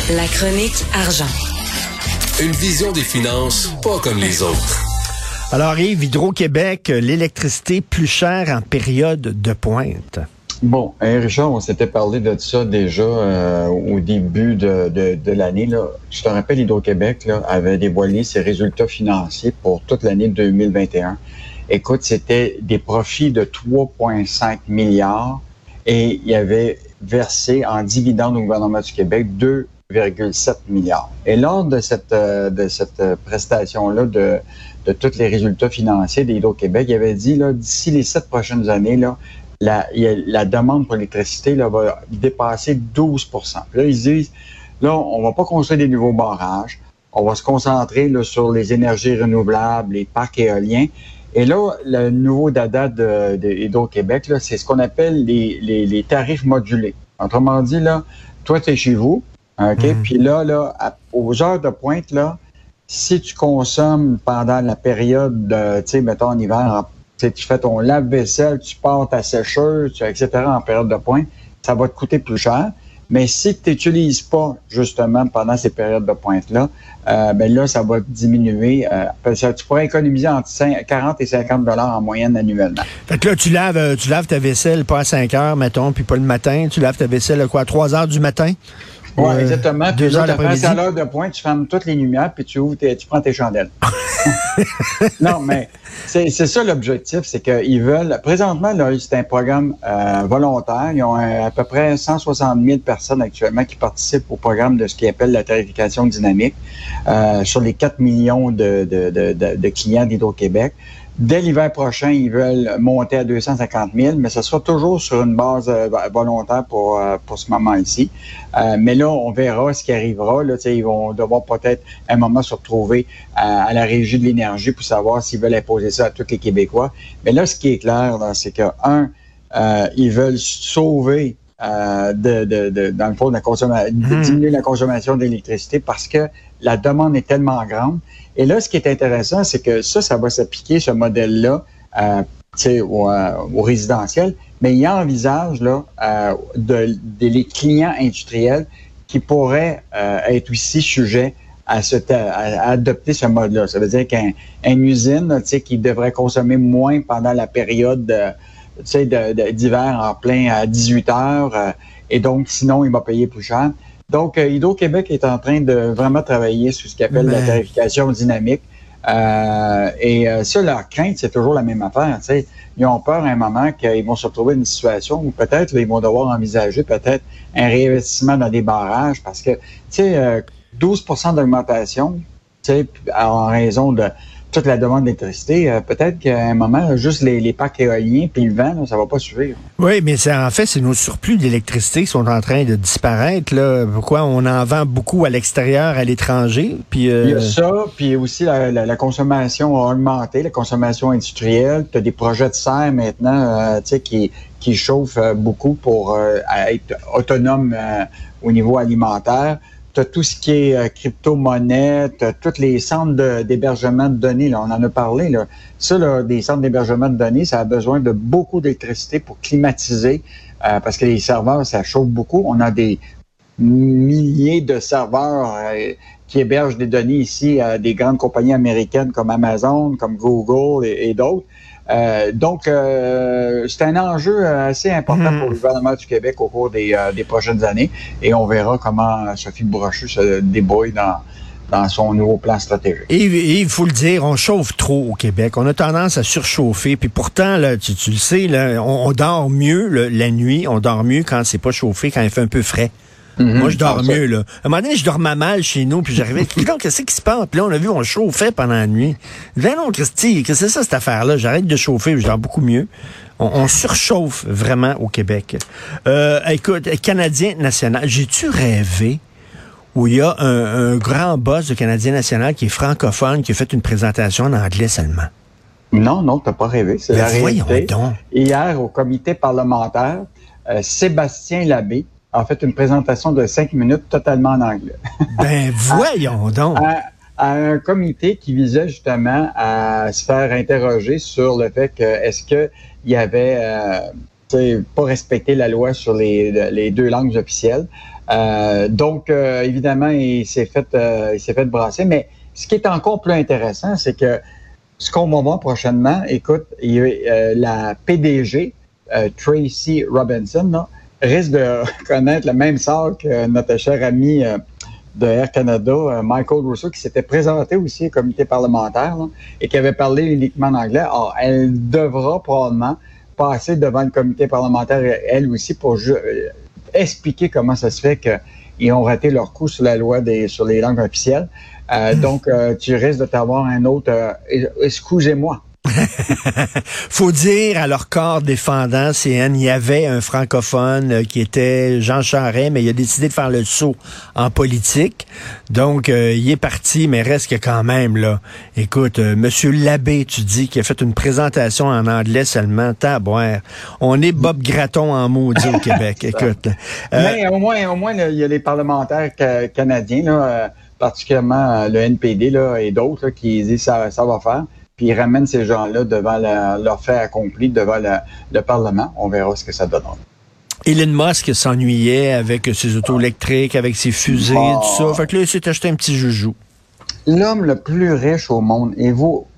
La chronique argent. Une vision des finances pas comme les autres. Alors Yves, Hydro-Québec, l'électricité plus chère en période de pointe. Bon, Richard, on s'était parlé de ça déjà au début de l'année. Là. Je te rappelle, Hydro-Québec là, avait dévoilé ses résultats financiers pour toute l'année 2021. Écoute, c'était des profits de 3,5 milliards et il avait versé en dividendes au gouvernement du Québec 2,7 milliards. Et lors de cette prestation-là de tous les résultats financiers d'Hydro-Québec, il avait dit, là, d'ici les 7 prochaines années, là, la demande pour l'électricité là, va dépasser 12 %. Puis là, ils disent, là, on va pas construire des nouveaux barrages, on va se concentrer là, sur les énergies renouvelables, les parcs éoliens. Et là, le nouveau dada de Hydro-Québec, là, c'est ce qu'on appelle les tarifs modulés. Autrement dit, là, toi, tu es chez vous, OK? Puis là, aux heures de pointe, là, si tu consommes pendant la période, tu sais, mettons en hiver, tu fais ton lave-vaisselle, tu pars ta sécheuse, etc. en période de pointe, ça va te coûter plus cher. Mais si tu n'utilises pas, justement, pendant ces périodes de pointe-là, ben là, ça va diminuer. Tu pourrais économiser entre 40 et 50 $ en moyenne annuellement. Fait que là, tu laves ta vaisselle pas à 5 heures, mettons, puis pas le matin. Tu laves ta vaisselle à quoi, à 3 heures du matin? Oui, exactement. Puis là, à l'heure de pointe, tu fermes toutes les lumières, puis tu prends tes chandelles. Non, mais c'est ça l'objectif, c'est qu'ils veulent... Présentement, là, c'est un programme volontaire. Ils ont à peu près 160 000 personnes actuellement qui participent au programme de ce qu'ils appellent la tarification dynamique sur les 4 millions de clients d'Hydro-Québec. Dès l'hiver prochain, ils veulent monter à 250 000, mais ce sera toujours sur une base volontaire pour ce moment-ci. Mais là, on verra ce qui arrivera. Là, ils vont devoir peut-être à un moment se retrouver à la Régie de l'énergie pour savoir s'ils veulent imposer ça à tous les Québécois. Mais là, ce qui est clair, là, c'est que, ils veulent sauver dans le fond, diminuer la consommation d'électricité parce que la demande est tellement grande. Et là, ce qui est intéressant, c'est que ça va s'appliquer, ce modèle-là, au résidentiel, mais il envisage là, les clients industriels qui pourraient être aussi sujets à adopter ce mode-là. Ça veut dire qu'une usine là, qui devrait consommer moins pendant la période d'hiver en plein à 18 heures, et donc sinon, il va payer plus cher. Donc, Hydro-Québec est en train de vraiment travailler sur ce qu'ils appellent la tarification dynamique. Ça, leur crainte, c'est toujours la même affaire. T'sais. Ils ont peur à un moment qu'ils vont se retrouver dans une situation où peut-être là, ils vont devoir envisager peut-être un réinvestissement dans des barrages parce que 12 % d'augmentation en raison de toute la demande d'électricité, peut-être qu'à un moment, juste les parcs éoliens puis le vent, là, ça va pas suffire. Oui, mais c'est nos surplus d'électricité qui sont en train de disparaître. Là. Pourquoi on en vend beaucoup à l'extérieur, à l'étranger? Puis, Il y a ça, puis aussi la consommation a augmenté, la consommation industrielle. Tu as des projets de serre maintenant qui chauffent beaucoup pour être autonomes au niveau alimentaire. Tu as tout ce qui est crypto-monnaie, tu as tous les centres d'hébergement de données, là, on en a parlé. Là. Ça, là, des centres d'hébergement de données, ça a besoin de beaucoup d'électricité pour climatiser, parce que les serveurs, ça chauffe beaucoup. On a des milliers de serveurs qui hébergent des données ici à des grandes compagnies américaines comme Amazon, comme Google et d'autres. Donc, c'est un enjeu assez important pour le gouvernement du Québec au cours des prochaines années et on verra comment Sophie Brochu se débrouille dans son nouveau plan stratégique. Et il faut le dire, on chauffe trop au Québec. On a tendance à surchauffer. Puis pourtant, là, tu le sais, là, on dort mieux la nuit. On dort mieux quand c'est pas chauffé, quand il fait un peu frais. Moi, je dors mieux, là. À un moment donné, je dormais mal chez nous, puis j'arrivais, qu'est-ce qui se passe? Puis là, on a vu, on chauffait pendant la nuit. Ben non, Christy, qu'est-ce que c'est ça, cette affaire-là? J'arrête de chauffer, je dors beaucoup mieux. On surchauffe vraiment au Québec. Écoute, Canadien national, j'ai-tu rêvé où il y a un grand boss de Canadien national qui est francophone, qui a fait une présentation en anglais seulement? Non, t'as pas rêvé. C'est la réalité. Donc. Hier, au comité parlementaire, Sébastien Labbé a fait une présentation de 5 minutes totalement en anglais. Ben voyons donc! À un comité qui visait justement à se faire interroger sur le fait que est-ce que il y avait pas respecter la loi sur les deux langues officielles. Donc, évidemment, il s'est fait brasser. Mais ce qui est encore plus intéressant, c'est que ce qu'on va voir prochainement, écoute, la PDG, Tracy Robinson, là, risque de connaître le même sort que notre cher ami de Air Canada, Michael Rousseau, qui s'était présenté aussi au comité parlementaire là, et qui avait parlé uniquement en anglais. Alors, elle devra probablement passer devant le comité parlementaire, elle aussi, pour expliquer comment ça se fait qu'ils ont raté leur coup sur la loi sur les langues officielles. Donc, tu risques de t'avoir un autre « excusez-moi ». Faut dire à leur corps défendant, CN, il y avait un francophone qui était Jean Charest, mais il a décidé de faire le saut en politique. Donc, il est parti, mais reste que quand même, là. Écoute, Monsieur Labbé, tu dis, qui a fait une présentation en anglais seulement, taboire. On est Bob Gratton en maudit au Québec, écoute. Mais au moins, il y a les parlementaires canadiens, là, particulièrement le NPD là, et d'autres là, qui disent ça va faire. Puis ils ramènent ces gens-là devant leur fait accompli devant le Parlement. On verra ce que ça donnera. Elon Musk s'ennuyait avec ses autos électriques, avec ses fusées, tout ça. Fait que là, il s'est acheté un petit joujou. L'homme le plus riche au monde, il vaut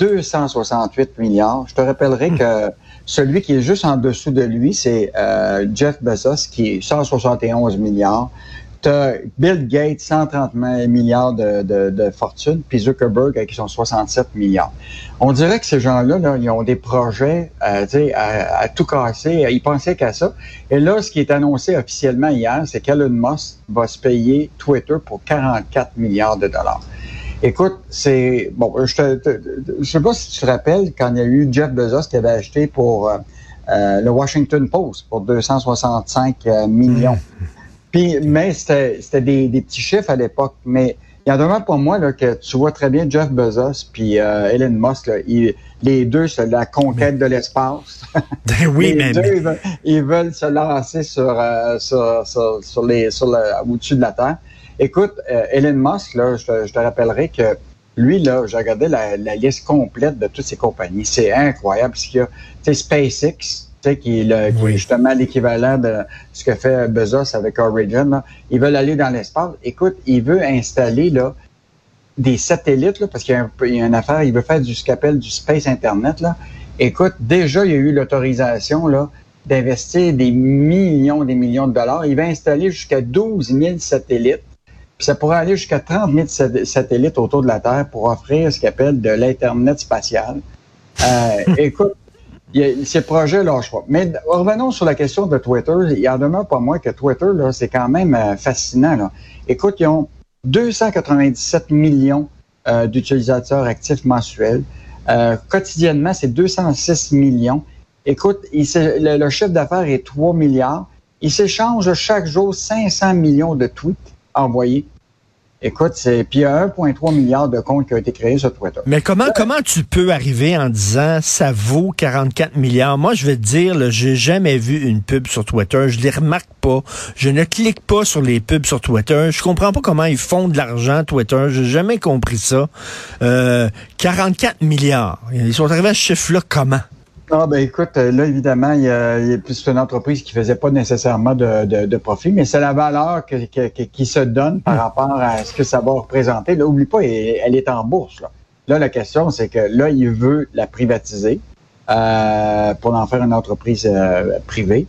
268 milliards. Je te rappellerai que celui qui est juste en dessous de lui, c'est Jeff Bezos, qui est 171 milliards. T'as Bill Gates, 130 milliards de fortune, puis Zuckerberg, qui sont 67 milliards. On dirait que ces gens-là, là, ils ont des projets à tout casser. Ils pensaient qu'à ça. Et là, ce qui est annoncé officiellement hier, c'est qu'Elon Musk va se payer Twitter pour 44 milliards de dollars. Écoute, c'est... Bon, je sais pas si tu te rappelles, quand il y a eu Jeff Bezos qui avait acheté pour le Washington Post pour 265 millions. Puis, mais c'était des petits chiffres à l'époque. Mais il y en a pour moi là, que tu vois très bien Jeff Bezos puis Elon Musk, là, les deux, c'est la conquête de l'espace. Oui, les deux, ils veulent se lancer au-dessus de la Terre. Écoute, Elon Musk, là, je te rappellerai que lui, là, j'ai regardé la liste complète de toutes ses compagnies. C'est incroyable. Ce qu'il y a, tu sais, SpaceX, qui est justement l'équivalent de ce que fait Bezos avec Origin. Là. Ils veulent aller dans l'espace. Écoute, il veut installer là, des satellites, là, parce qu'il y a une affaire, il veut faire ce qu'il appelle du Space Internet. Là. Écoute, déjà, il y a eu l'autorisation là, d'investir des millions de dollars. Il va installer jusqu'à 12 000 satellites. Puis ça pourrait aller jusqu'à 30 000 satellites autour de la Terre pour offrir ce qu'il appelle de l'Internet spatial. Écoute, ces projets lâchent pas. Mais revenons sur la question de Twitter. Il en demeure pas moins que Twitter, là, c'est quand même fascinant. Là. Écoute, ils ont 297 millions d'utilisateurs actifs mensuels. Quotidiennement, c'est 206 millions. Écoute, le chiffre d'affaires est 3 milliards. Ils s'échangent chaque jour 500 millions de tweets envoyés. Écoute, puis il y a 1,3 milliard de comptes qui ont été créés sur Twitter. Mais comment tu peux arriver en disant ça vaut 44 milliards? Moi, je vais te dire, là, j'ai jamais vu une pub sur Twitter. Je les remarque pas. Je ne clique pas sur les pubs sur Twitter. Je comprends pas comment ils font de l'argent, Twitter. J'ai jamais compris ça. 44 milliards. Ils sont arrivés à ce chiffre-là comment? Ah ben écoute, là évidemment, c'est une entreprise qui faisait pas nécessairement de profit, mais c'est la valeur qui se donne par rapport à ce que ça va représenter. Là, oublie pas, elle est en bourse. Là, la question, c'est que là, il veut la privatiser pour en faire une entreprise privée.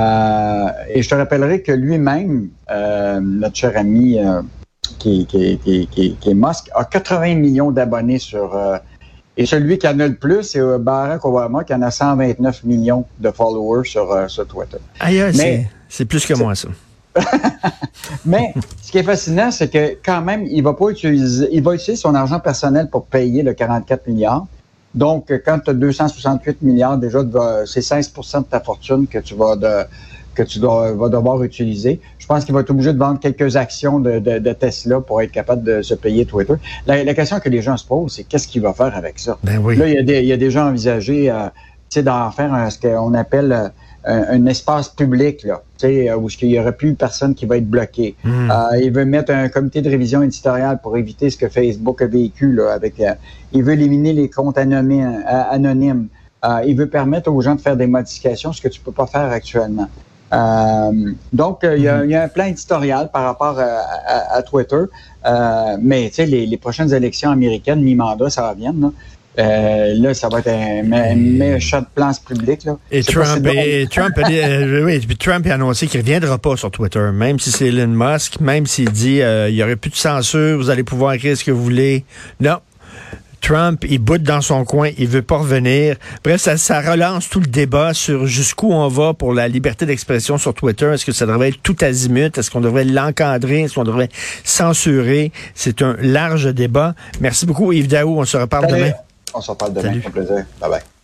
Et je te rappellerai que lui-même, notre cher ami qui est Musk, a 80 millions d'abonnés sur... Et celui qui en a le plus, c'est Barack Obama, qui en a 129 millions de followers sur Twitter. Aïe, c'est plus que moi, ça. Mais ce qui est fascinant, c'est que quand même, il va utiliser son argent personnel pour payer le 44 milliards. Donc, quand tu as 268 milliards, déjà, c'est 16% de ta fortune que tu vas devoir utiliser. Je pense qu'il va être obligé de vendre quelques actions de Tesla pour être capable de se payer Twitter. La question que les gens se posent, c'est qu'est-ce qu'il va faire avec ça? Ben oui. Là, il y a des gens envisagés d'en faire ce qu'on appelle un espace public, là, où il n'y aurait plus personne qui va être bloqué. Il veut mettre un comité de révision éditoriale pour éviter ce que Facebook a vécu. Là, il veut éliminer les comptes anonymes. Il veut permettre aux gens de faire des modifications, ce que tu peux pas faire actuellement. Donc, il y a un plan éditorial par rapport à Twitter. Mais tu sais, les prochaines élections américaines, mi-mandat, ça va venir, là. Là, ça va être un méchant de place publique. Là. Et Trump a annoncé qu'il ne reviendra pas sur Twitter, même si c'est Elon Musk, même s'il dit il n'y aurait plus de censure, vous allez pouvoir écrire ce que vous voulez. Non. Trump, il boude dans son coin, il veut pas revenir. Bref, ça relance tout le débat sur jusqu'où on va pour la liberté d'expression sur Twitter. Est-ce que ça devrait être tout azimut? Est-ce qu'on devrait l'encadrer? Est-ce qu'on devrait censurer? C'est un large débat. Merci beaucoup, Yves Daou. On se reparle demain. On se reparle demain. Au plaisir. Bye bye.